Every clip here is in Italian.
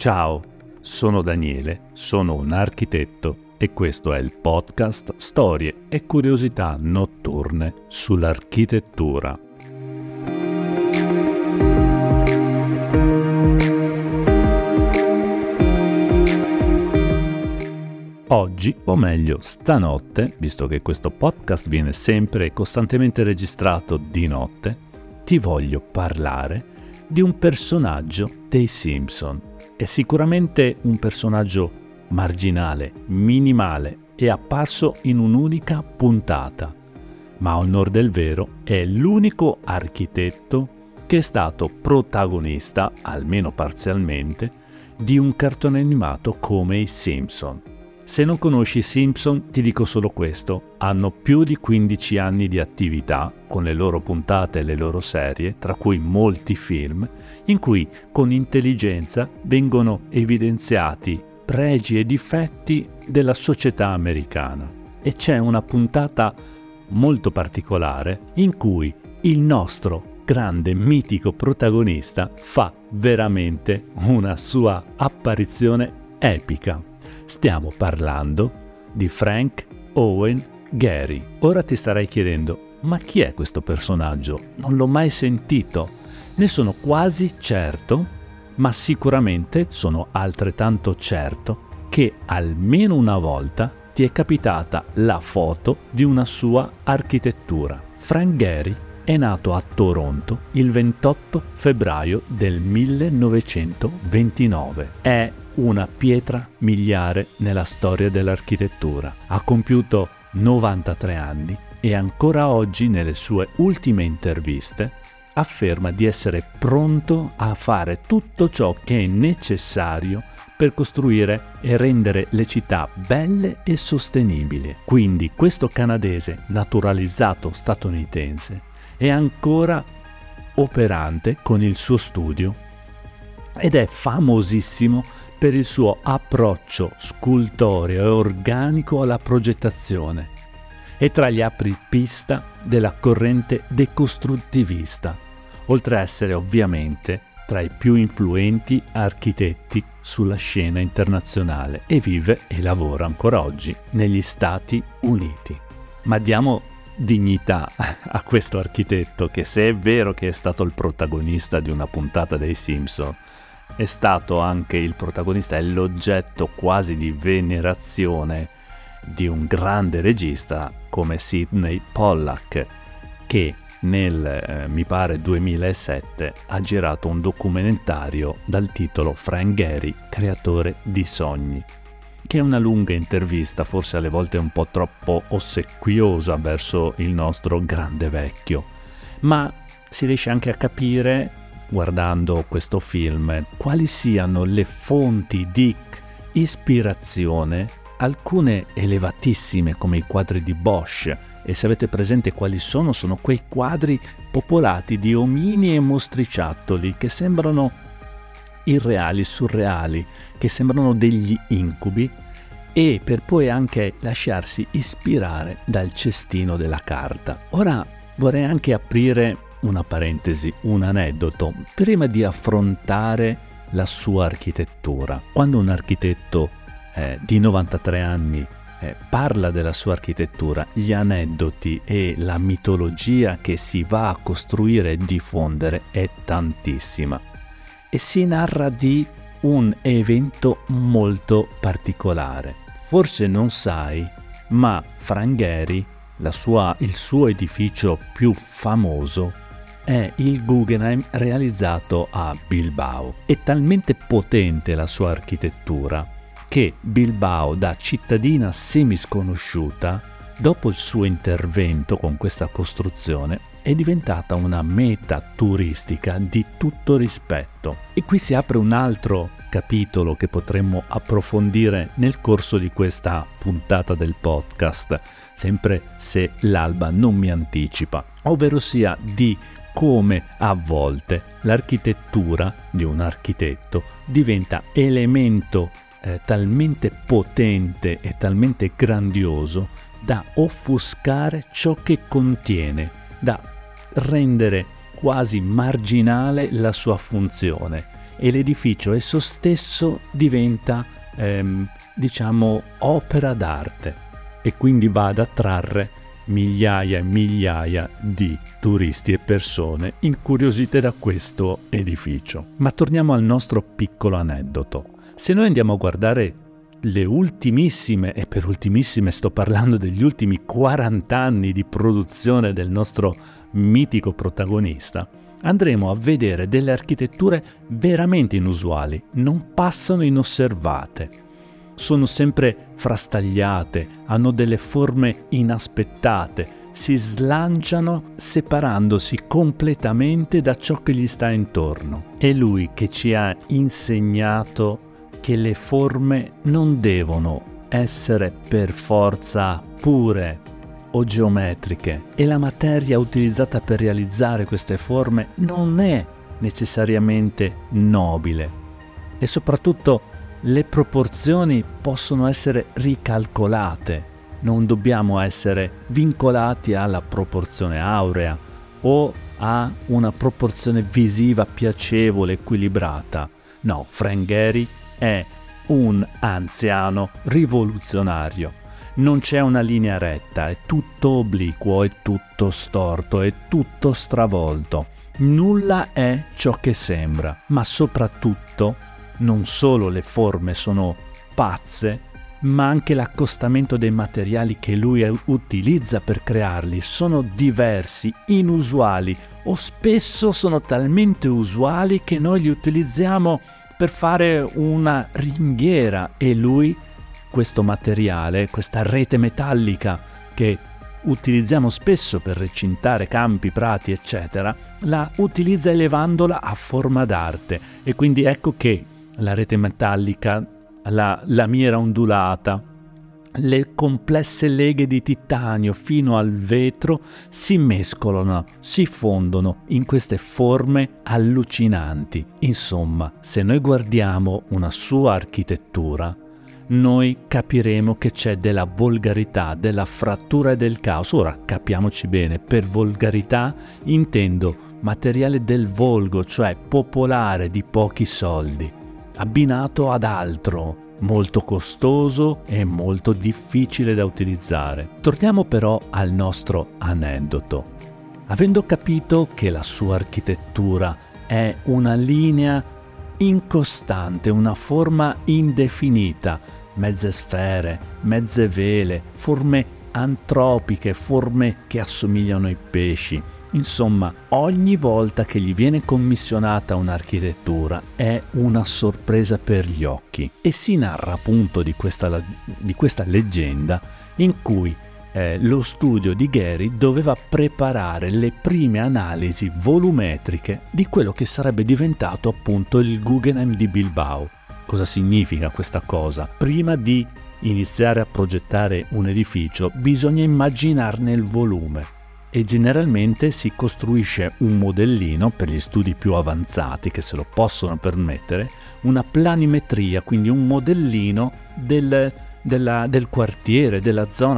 Ciao, sono Daniele, sono un architetto e questo è il podcast Storie e curiosità notturne sull'architettura. Oggi, o meglio stanotte, visto che questo podcast viene sempre e costantemente registrato di notte, ti voglio parlare di un personaggio dei Simpson. È sicuramente un personaggio marginale, minimale e apparso in un'unica puntata, ma a onor del vero è l'unico architetto che è stato protagonista, almeno parzialmente, di un cartone animato come i Simpson. Se non conosci i Simpson, ti dico solo questo: hanno più di 15 anni di attività, con le loro puntate e le loro serie, tra cui molti film, in cui con intelligenza vengono evidenziati pregi e difetti della società americana. E c'è una puntata molto particolare in cui il nostro grande mitico protagonista fa veramente una sua apparizione epica. Stiamo parlando di Frank Owen Gehry. Ora ti starai chiedendo: ma chi è questo personaggio? Non l'ho mai sentito. Ne sono quasi certo, ma sicuramente sono altrettanto certo che almeno una volta ti è capitata la foto di una sua architettura. Frank Gehry è nato a Toronto il 28 febbraio del 1929. È una pietra miliare nella storia dell'architettura. Ha compiuto 93 anni e ancora oggi, nelle sue ultime interviste, afferma di essere pronto a fare tutto ciò che è necessario per costruire e rendere le città belle e sostenibili. Quindi questo canadese naturalizzato statunitense è ancora operante con il suo studio ed è famosissimo per il suo approccio scultoreo e organico alla progettazione. È tra gli apripista della corrente decostruttivista, oltre a essere ovviamente tra i più influenti architetti sulla scena internazionale, e vive e lavora ancora oggi negli Stati Uniti. Ma diamo dignità a questo architetto che, se è vero che è stato il protagonista di una puntata dei Simpson, è stato anche il protagonista e l'oggetto quasi di venerazione di un grande regista come Sydney Pollack, che nel, mi pare 2007, ha girato un documentario dal titolo Frank Gehry, creatore di sogni, che è una lunga intervista, forse alle volte un po' troppo ossequiosa verso il nostro grande vecchio, ma si riesce anche a capire, guardando questo film, quali siano le fonti di ispirazione, alcune elevatissime come i quadri di Bosch. E se avete presente quali sono quei quadri popolati di omini e mostriciattoli che sembrano irreali, surreali, che sembrano degli incubi, e per poi anche lasciarsi ispirare dal cestino della carta. Ora vorrei anche aprire una parentesi, un aneddoto, prima di affrontare la sua architettura. Quando un architetto di 93 anni parla della sua architettura, gli aneddoti e la mitologia che si va a costruire e diffondere è tantissima. E si narra di un evento molto particolare. Forse non sai, ma Frank Gehry, il suo edificio più famoso, è il Guggenheim realizzato a Bilbao. È talmente potente la sua architettura che Bilbao, da cittadina semisconosciuta, dopo il suo intervento con questa costruzione, è diventata una meta turistica di tutto rispetto. E qui si apre un altro capitolo che potremmo approfondire nel corso di questa puntata del podcast, sempre se l'alba non mi anticipa, ovvero sia di come a volte l'architettura di un architetto diventa elemento talmente potente e talmente grandioso da offuscare ciò che contiene, da rendere quasi marginale la sua funzione e l'edificio esso stesso diventa, opera d'arte, e quindi va ad attrarre migliaia e migliaia di turisti e persone incuriosite da questo edificio. Ma torniamo al nostro piccolo aneddoto. Se noi andiamo a guardare le ultimissime, e per ultimissime sto parlando degli ultimi 40 anni di produzione del nostro mitico protagonista, andremo a vedere delle architetture veramente inusuali, non passano inosservate. Sono sempre frastagliate, hanno delle forme inaspettate, si slanciano separandosi completamente da ciò che gli sta intorno. È lui che ci ha insegnato che le forme non devono essere per forza pure o geometriche, e la materia utilizzata per realizzare queste forme non è necessariamente nobile, e soprattutto le proporzioni possono essere ricalcolate, non dobbiamo essere vincolati alla proporzione aurea o a una proporzione visiva piacevole, equilibrata. No, Frank Gehry è un anziano rivoluzionario. Non c'è una linea retta, è tutto obliquo, è tutto storto, è tutto stravolto. Nulla è ciò che sembra, ma soprattutto non solo le forme sono pazze, ma anche l'accostamento dei materiali che lui utilizza per crearli sono diversi, inusuali, o spesso sono talmente usuali che noi li utilizziamo per fare una ringhiera, e lui questo materiale, questa rete metallica che utilizziamo spesso per recintare campi, prati, eccetera, la utilizza elevandola a forma d'arte. E quindi ecco che la rete metallica, la lamiera ondulata, le complesse leghe di titanio fino al vetro si mescolano, si fondono in queste forme allucinanti. Insomma, se noi guardiamo una sua architettura, noi capiremo che c'è della volgarità, della frattura e del caos. Ora, capiamoci bene, per volgarità intendo materiale del volgo, cioè popolare, di pochi soldi, abbinato ad altro molto costoso e molto difficile da utilizzare. Torniamo però al nostro aneddoto. Avendo capito che la sua architettura è una linea incostante, una forma indefinita, mezze sfere, mezze vele, forme antropiche, forme che assomigliano ai pesci. Insomma, ogni volta che gli viene commissionata un'architettura è una sorpresa per gli occhi, e si narra appunto di questa leggenda in cui lo studio di Gehry doveva preparare le prime analisi volumetriche di quello che sarebbe diventato appunto il Guggenheim di Bilbao. Cosa significa questa cosa? Prima di iniziare a progettare un edificio bisogna immaginarne il volume, e generalmente si costruisce un modellino per gli studi più avanzati che se lo possono permettere, una planimetria, quindi un modellino del quartiere, della zona,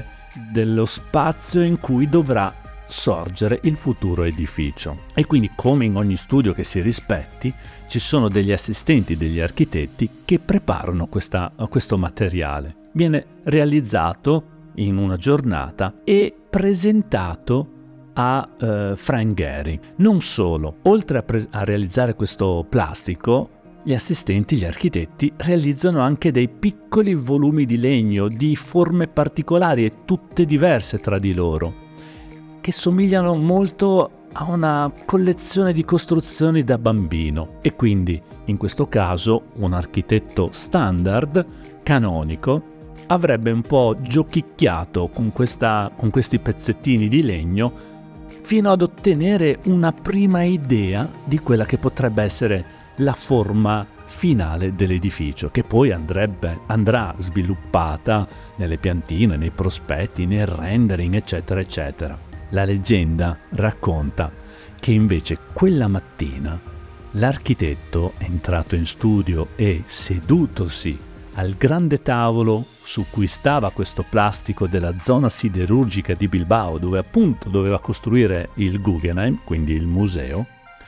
dello spazio in cui dovrà sorgere il futuro edificio. E quindi, come in ogni studio che si rispetti, ci sono degli assistenti, degli architetti che preparano questo materiale. Viene realizzato in una giornata e presentato a Frank Gehry. Non solo, oltre a realizzare questo plastico, gli assistenti, gli architetti, realizzano anche dei piccoli volumi di legno di forme particolari e tutte diverse tra di loro, che somigliano molto a una collezione di costruzioni da bambino. E quindi, in questo caso, un architetto standard, canonico, avrebbe un po' giochicchiato con questi pezzettini di legno fino ad ottenere una prima idea di quella che potrebbe essere la forma finale dell'edificio, che poi andrà sviluppata nelle piantine, nei prospetti, nel rendering, eccetera, eccetera. La leggenda racconta che invece quella mattina l'architetto è entrato in studio e, sedutosi al grande tavolo su cui stava questo plastico della zona siderurgica di Bilbao, dove appunto doveva costruire il Guggenheim, quindi il museo,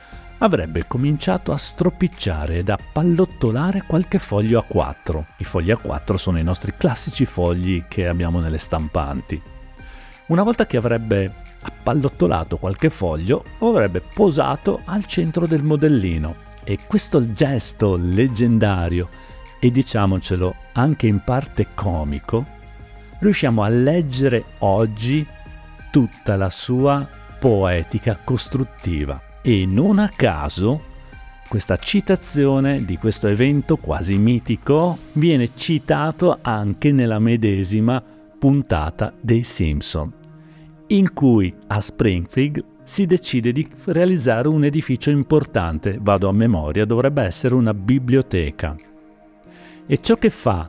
avrebbe cominciato a stropicciare ed a pallottolare qualche foglio A4. I fogli A4 sono i nostri classici fogli che abbiamo nelle stampanti. Una volta che avrebbe appallottolato qualche foglio, lo avrebbe posato al centro del modellino. E questo gesto leggendario, e diciamocelo anche in parte comico, riusciamo a leggere oggi tutta la sua poetica costruttiva. E non a caso questa citazione di questo evento quasi mitico viene citato anche nella medesima puntata dei Simpson, in cui a Springfield si decide di realizzare un edificio importante, vado a memoria, dovrebbe essere una biblioteca. E ciò che fa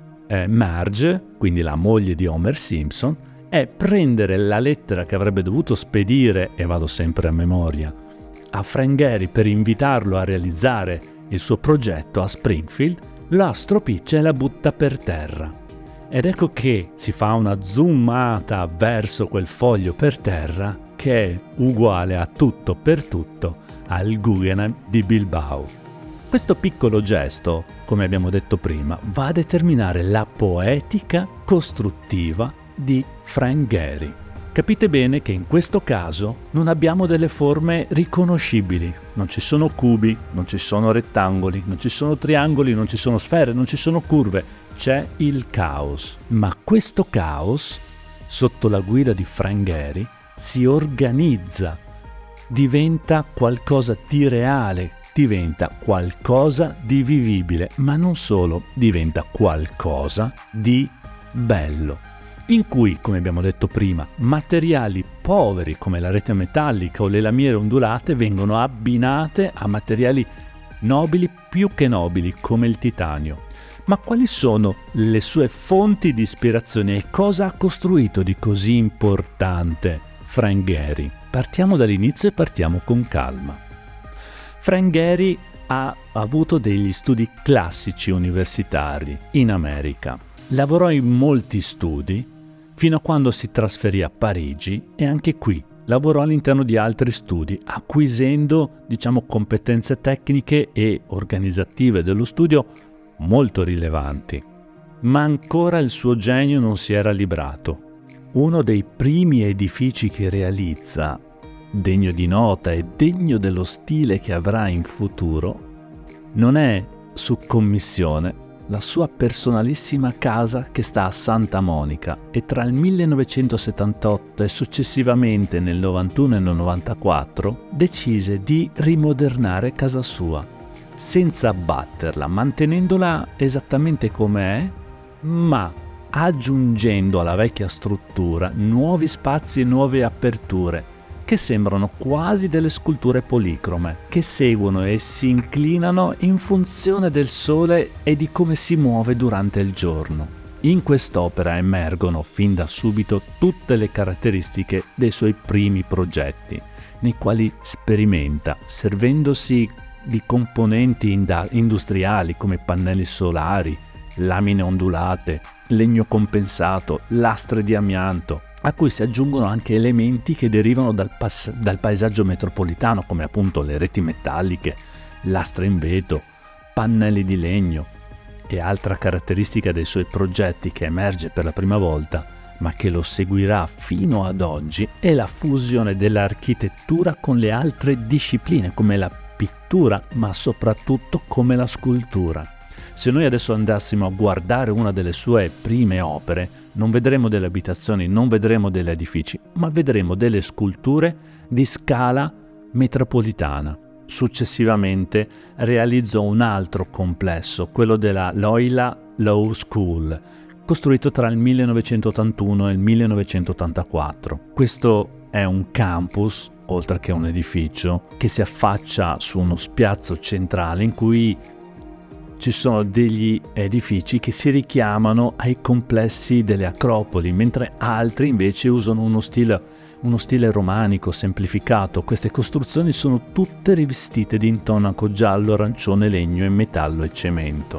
Marge, quindi la moglie di Homer Simpson, è prendere la lettera che avrebbe dovuto spedire, e vado sempre a memoria, a Frank Gehry per invitarlo a realizzare il suo progetto a Springfield, la stropiccia e la butta per terra. Ed ecco che si fa una zoomata verso quel foglio per terra che è uguale a tutto per tutto al Guggenheim di Bilbao. Questo piccolo gesto, come abbiamo detto prima, va a determinare la poetica costruttiva di Frank Gehry. Capite bene che in questo caso non abbiamo delle forme riconoscibili, non ci sono cubi, non ci sono rettangoli, non ci sono triangoli, non ci sono sfere, non ci sono curve, c'è il caos. Ma questo caos, sotto la guida di Frank Gehry, si organizza, diventa qualcosa di reale, diventa qualcosa di vivibile, ma non solo, diventa qualcosa di bello, in cui, come abbiamo detto prima, materiali poveri come la rete metallica o le lamiere ondulate vengono abbinate a materiali nobili più che nobili come il titanio. Ma quali sono le sue fonti di ispirazione e cosa ha costruito di così importante Frank Gehry? Partiamo dall'inizio e partiamo con calma. Frank Gehry ha avuto degli studi classici universitari in America. Lavorò in molti studi fino a quando si trasferì a Parigi e anche qui lavorò all'interno di altri studi, acquisendo, competenze tecniche e organizzative dello studio molto rilevanti. Ma ancora il suo genio non si era librato. Uno dei primi edifici che realizza, degno di nota e degno dello stile che avrà in futuro, non è su commissione, la sua personalissima casa che sta a Santa Monica, e tra il 1978 e successivamente nel 91 e nel 94 decise di rimodernare casa sua, senza abbatterla, mantenendola esattamente come è, ma aggiungendo alla vecchia struttura nuovi spazi e nuove aperture che sembrano quasi delle sculture policrome, che seguono e si inclinano in funzione del sole e di come si muove durante il giorno. In quest'opera emergono fin da subito tutte le caratteristiche dei suoi primi progetti, nei quali sperimenta, servendosi di componenti industriali come pannelli solari, lamine ondulate, legno compensato, lastre di amianto, a cui si aggiungono anche elementi che derivano dal paesaggio metropolitano, come appunto le reti metalliche, lastre in vetro, pannelli di legno. E altra caratteristica dei suoi progetti che emerge per la prima volta, ma che lo seguirà fino ad oggi, è la fusione dell'architettura con le altre discipline, come la pittura, ma soprattutto come la scultura. Se noi adesso andassimo a guardare una delle sue prime opere, non vedremo delle abitazioni, non vedremo degli edifici, ma vedremo delle sculture di scala metropolitana. Successivamente realizzò un altro complesso, quello della Loyola Law School, costruito tra il 1981 e il 1984. Questo è un campus, oltre che un edificio, che si affaccia su uno spiazzo centrale in cui ci sono degli edifici che si richiamano ai complessi delle Acropoli, mentre altri invece usano uno stile romanico semplificato. Queste costruzioni sono tutte rivestite di intonaco giallo, arancione, legno e metallo e cemento.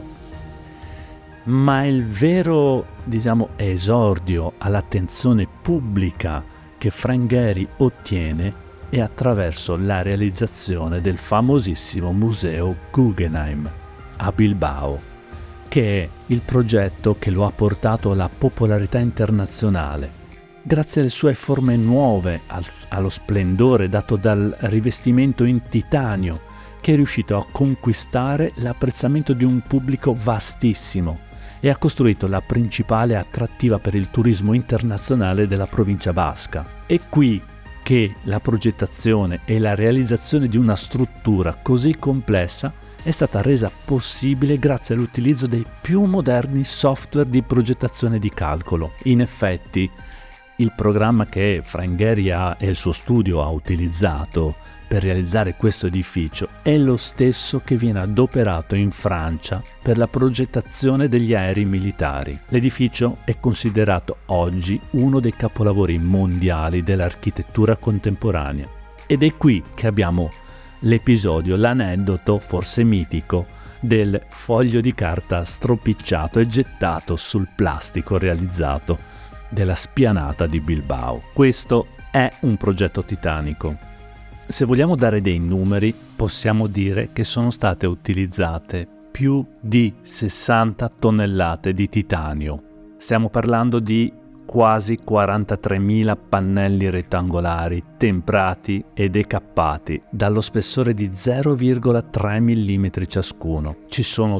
Ma il vero, esordio all'attenzione pubblica che Frank Gehry ottiene e attraverso la realizzazione del famosissimo museo Guggenheim a Bilbao, che è il progetto che lo ha portato alla popolarità internazionale, grazie alle sue forme nuove, allo splendore dato dal rivestimento in titanio, che è riuscito a conquistare l'apprezzamento di un pubblico vastissimo e ha costruito la principale attrattiva per il turismo internazionale della provincia basca. È qui che la progettazione e la realizzazione di una struttura così complessa è stata resa possibile grazie all'utilizzo dei più moderni software di progettazione di calcolo. In effetti, il programma che Frank Gehry e il suo studio ha utilizzato per realizzare questo edificio è lo stesso che viene adoperato in Francia per la progettazione degli aerei militari. L'edificio è considerato oggi uno dei capolavori mondiali dell'architettura contemporanea. Ed è qui che abbiamo l'episodio, l'aneddoto forse mitico del foglio di carta stropicciato e gettato sul plastico realizzato della spianata di Bilbao. Questo è un progetto titanico. Se vogliamo dare dei numeri, possiamo dire che sono state utilizzate più di 60 tonnellate di titanio. Stiamo parlando di quasi 43.000 pannelli rettangolari temprati e decappati dallo spessore di 0,3 mm ciascuno. Ci sono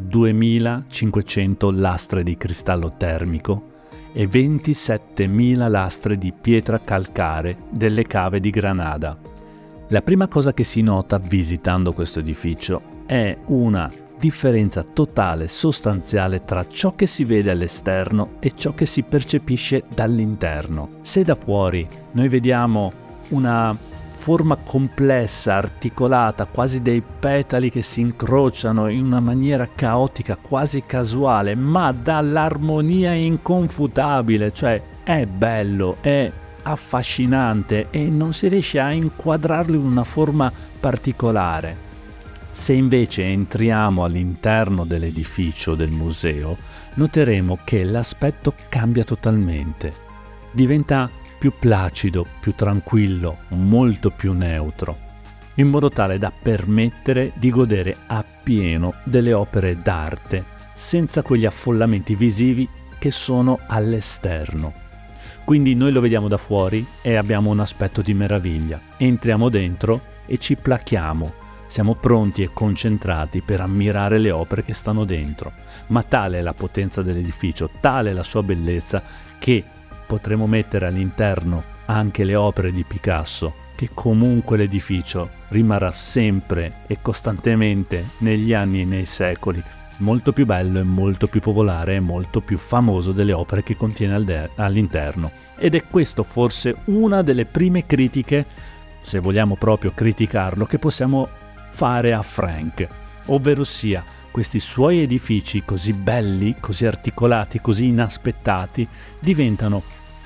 2.500 lastre di cristallo termico e 27.000 lastre di pietra calcare delle cave di Granada. La prima cosa che si nota visitando questo edificio è una differenza totale, sostanziale tra ciò che si vede all'esterno e ciò che si percepisce dall'interno. Se da fuori noi vediamo una forma complessa, articolata, quasi dei petali che si incrociano in una maniera caotica, quasi casuale, ma dall'armonia inconfutabile, cioè è bello, è affascinante e non si riesce a inquadrarlo in una forma particolare. Se invece entriamo all'interno dell'edificio del museo, noteremo che l'aspetto cambia totalmente. Diventa più placido, più tranquillo, molto più neutro, in modo tale da permettere di godere appieno delle opere d'arte senza quegli affollamenti visivi che sono all'esterno. Quindi noi lo vediamo da fuori e abbiamo un aspetto di meraviglia. Entriamo dentro e ci plachiamo. Siamo pronti e concentrati per ammirare le opere che stanno dentro. Ma tale è la potenza dell'edificio, tale è la sua bellezza, che potremo mettere all'interno anche le opere di Picasso, che comunque l'edificio rimarrà sempre e costantemente negli anni e nei secoli molto più bello e molto più popolare e molto più famoso delle opere che contiene all'interno. Ed è questo forse una delle prime critiche, se vogliamo proprio criticarlo, che possiamo fare a Frank, ovvero sia questi suoi edifici così belli, così articolati, così inaspettati, diventano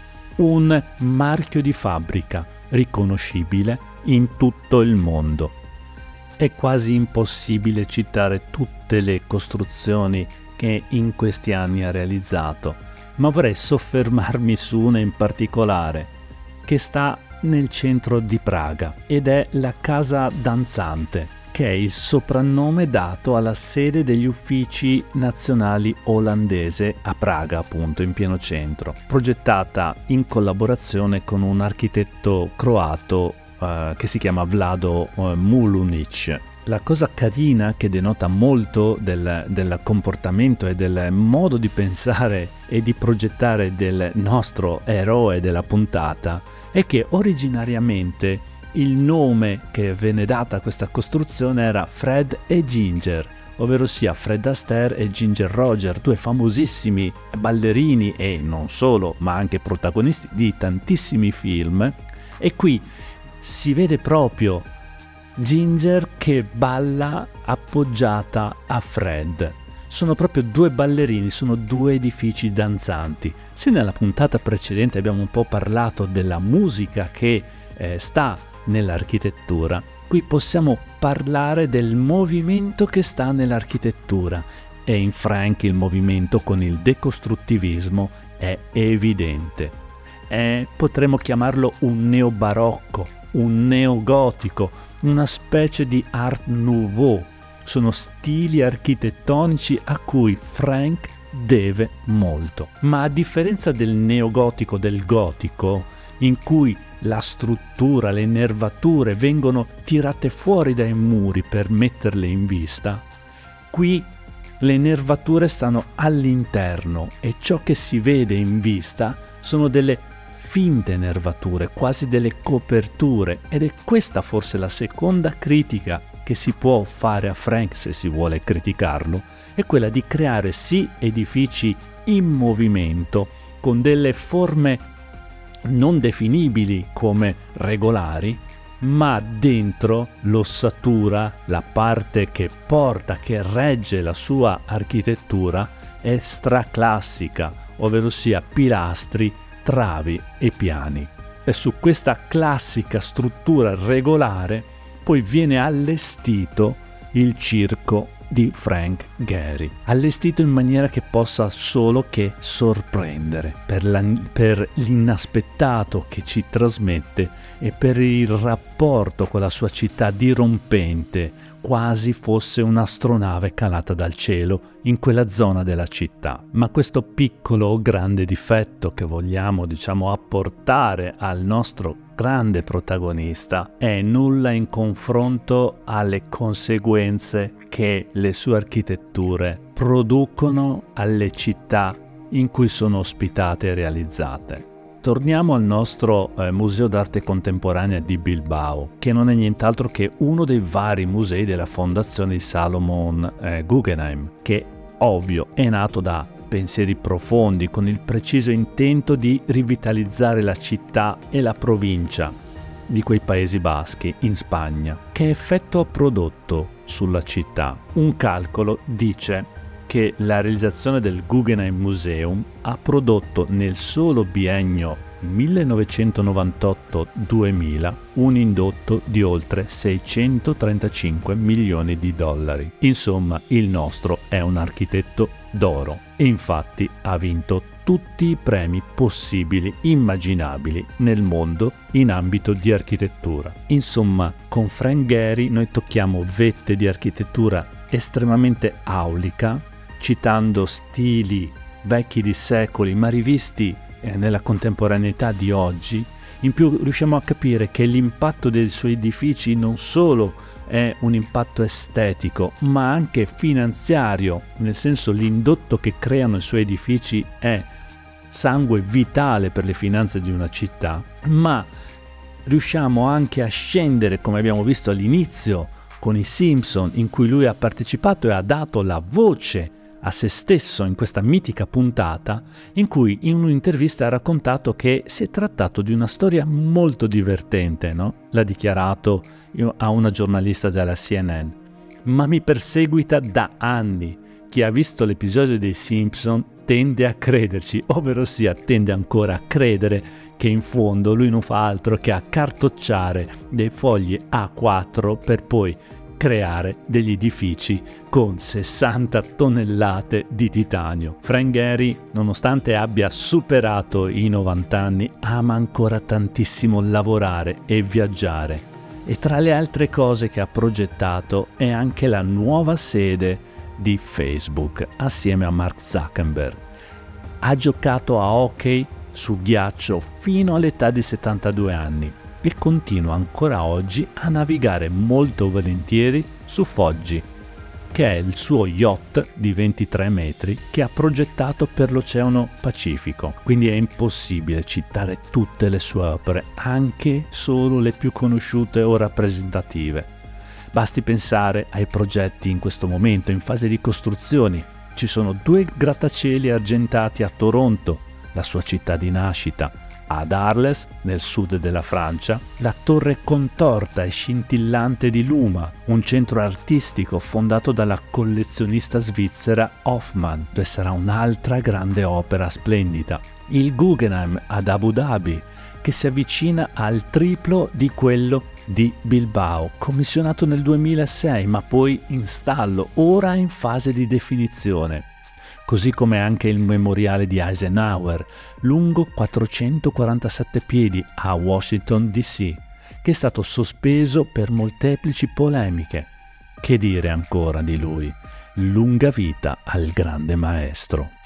un marchio di fabbrica riconoscibile in tutto il mondo. È quasi impossibile citare tutte le costruzioni che in questi anni ha realizzato, ma vorrei soffermarmi su una in particolare, che sta nel centro di Praga, ed è la Casa Danzante, che è il soprannome dato alla sede degli uffici nazionali olandese a Praga, appunto, in pieno centro, progettata in collaborazione con un architetto croato che si chiama Vlado Mulunic. La cosa carina che denota molto del comportamento e del modo di pensare e di progettare del nostro eroe della puntata è che originariamente il nome che venne dato a questa costruzione era Fred e Ginger, ovvero sia Fred Astaire e Ginger Rogers, due famosissimi ballerini e non solo, ma anche protagonisti di tantissimi film. E qui si vede proprio Ginger che balla appoggiata a Fred. Sono proprio due ballerini, sono due edifici danzanti. Se nella puntata precedente abbiamo un po' parlato della musica che sta nell'architettura, qui possiamo parlare del movimento che sta nell'architettura, e in Frank il movimento con il decostruttivismo è evidente. Potremmo chiamarlo un neobarocco, un neogotico, una specie di Art Nouveau. Sono stili architettonici a cui Frank deve molto. Ma a differenza del neogotico, del gotico, in cui la struttura, le nervature vengono tirate fuori dai muri per metterle in vista, qui le nervature stanno all'interno e ciò che si vede in vista sono delle finte nervature, quasi delle coperture, ed è questa forse la seconda critica che si può fare a Frank, se si vuole criticarlo, è quella di creare sì edifici in movimento con delle forme non definibili come regolari, ma dentro l'ossatura, la parte che porta, che regge la sua architettura, è straclassica, ovvero sia pilastri, travi e piani. E su questa classica struttura regolare poi viene allestito il circo di Frank Gehry, allestito in maniera che possa solo che sorprendere per l'inaspettato che ci trasmette e per il rapporto con la sua città dirompente, quasi fosse un'astronave calata dal cielo in quella zona della città. Ma questo piccolo o grande difetto che vogliamo, apportare al nostro grande protagonista è nulla in confronto alle conseguenze che le sue architetture producono alle città in cui sono ospitate e realizzate. Torniamo al nostro Museo d'Arte Contemporanea di Bilbao, che non è nient'altro che uno dei vari musei della Fondazione di Salomon Guggenheim, che ovvio è nato da pensieri profondi con il preciso intento di rivitalizzare la città e la provincia di quei Paesi Baschi in Spagna. Che effetto ha prodotto sulla città? Un calcolo dice che la realizzazione del Guggenheim Museum ha prodotto nel solo biennio 1998-2000 un indotto di oltre 635 milioni di dollari. Insomma, il nostro è un architetto d'oro e infatti ha vinto tutti i premi possibili, immaginabili nel mondo in ambito di architettura. Insomma, con Frank Gehry noi tocchiamo vette di architettura estremamente aulica, citando stili vecchi di secoli ma rivisti nella contemporaneità di oggi. In più riusciamo a capire che l'impatto dei suoi edifici non solo è un impatto estetico ma anche finanziario, nel senso l'indotto che creano i suoi edifici è sangue vitale per le finanze di una città, ma riusciamo anche a scendere, come abbiamo visto all'inizio con i Simpson, in cui lui ha partecipato e ha dato la voce a se stesso in questa mitica puntata, in cui in un'intervista ha raccontato che si è trattato di una storia molto divertente, no? L'ha dichiarato a una giornalista della CNN, ma mi perseguita da anni. Chi ha visto l'episodio dei Simpson tende a crederci, ovvero sia tende ancora a credere che in fondo lui non fa altro che accartocciare dei fogli A4 per poi creare degli edifici con 60 tonnellate di titanio. Frank Gehry, nonostante abbia superato i 90 anni, ama ancora tantissimo lavorare e viaggiare. E tra le altre cose che ha progettato è anche la nuova sede di Facebook assieme a Mark Zuckerberg. Ha giocato a hockey su ghiaccio fino all'età di 72 anni. E continua ancora oggi a navigare molto volentieri su Foggi, che è il suo yacht di 23 metri che ha progettato per l'Oceano Pacifico. Quindi è impossibile citare tutte le sue opere, anche solo le più conosciute o rappresentative. Basti pensare ai progetti in questo momento in fase di costruzione. Ci sono 2 grattacieli argentati a Toronto, la sua città di nascita, ad Arles, nel sud della Francia, la torre contorta e scintillante di Luma, un centro artistico fondato dalla collezionista svizzera Hoffmann, dove sarà un'altra grande opera splendida. Il Guggenheim ad Abu Dhabi, che si avvicina al triplo di quello di Bilbao, commissionato nel 2006 ma poi in stallo, ora in fase di definizione. Così come anche il memoriale di Eisenhower, lungo 447 piedi a Washington DC, che è stato sospeso per molteplici polemiche. Che dire ancora di lui? Lunga vita al grande maestro.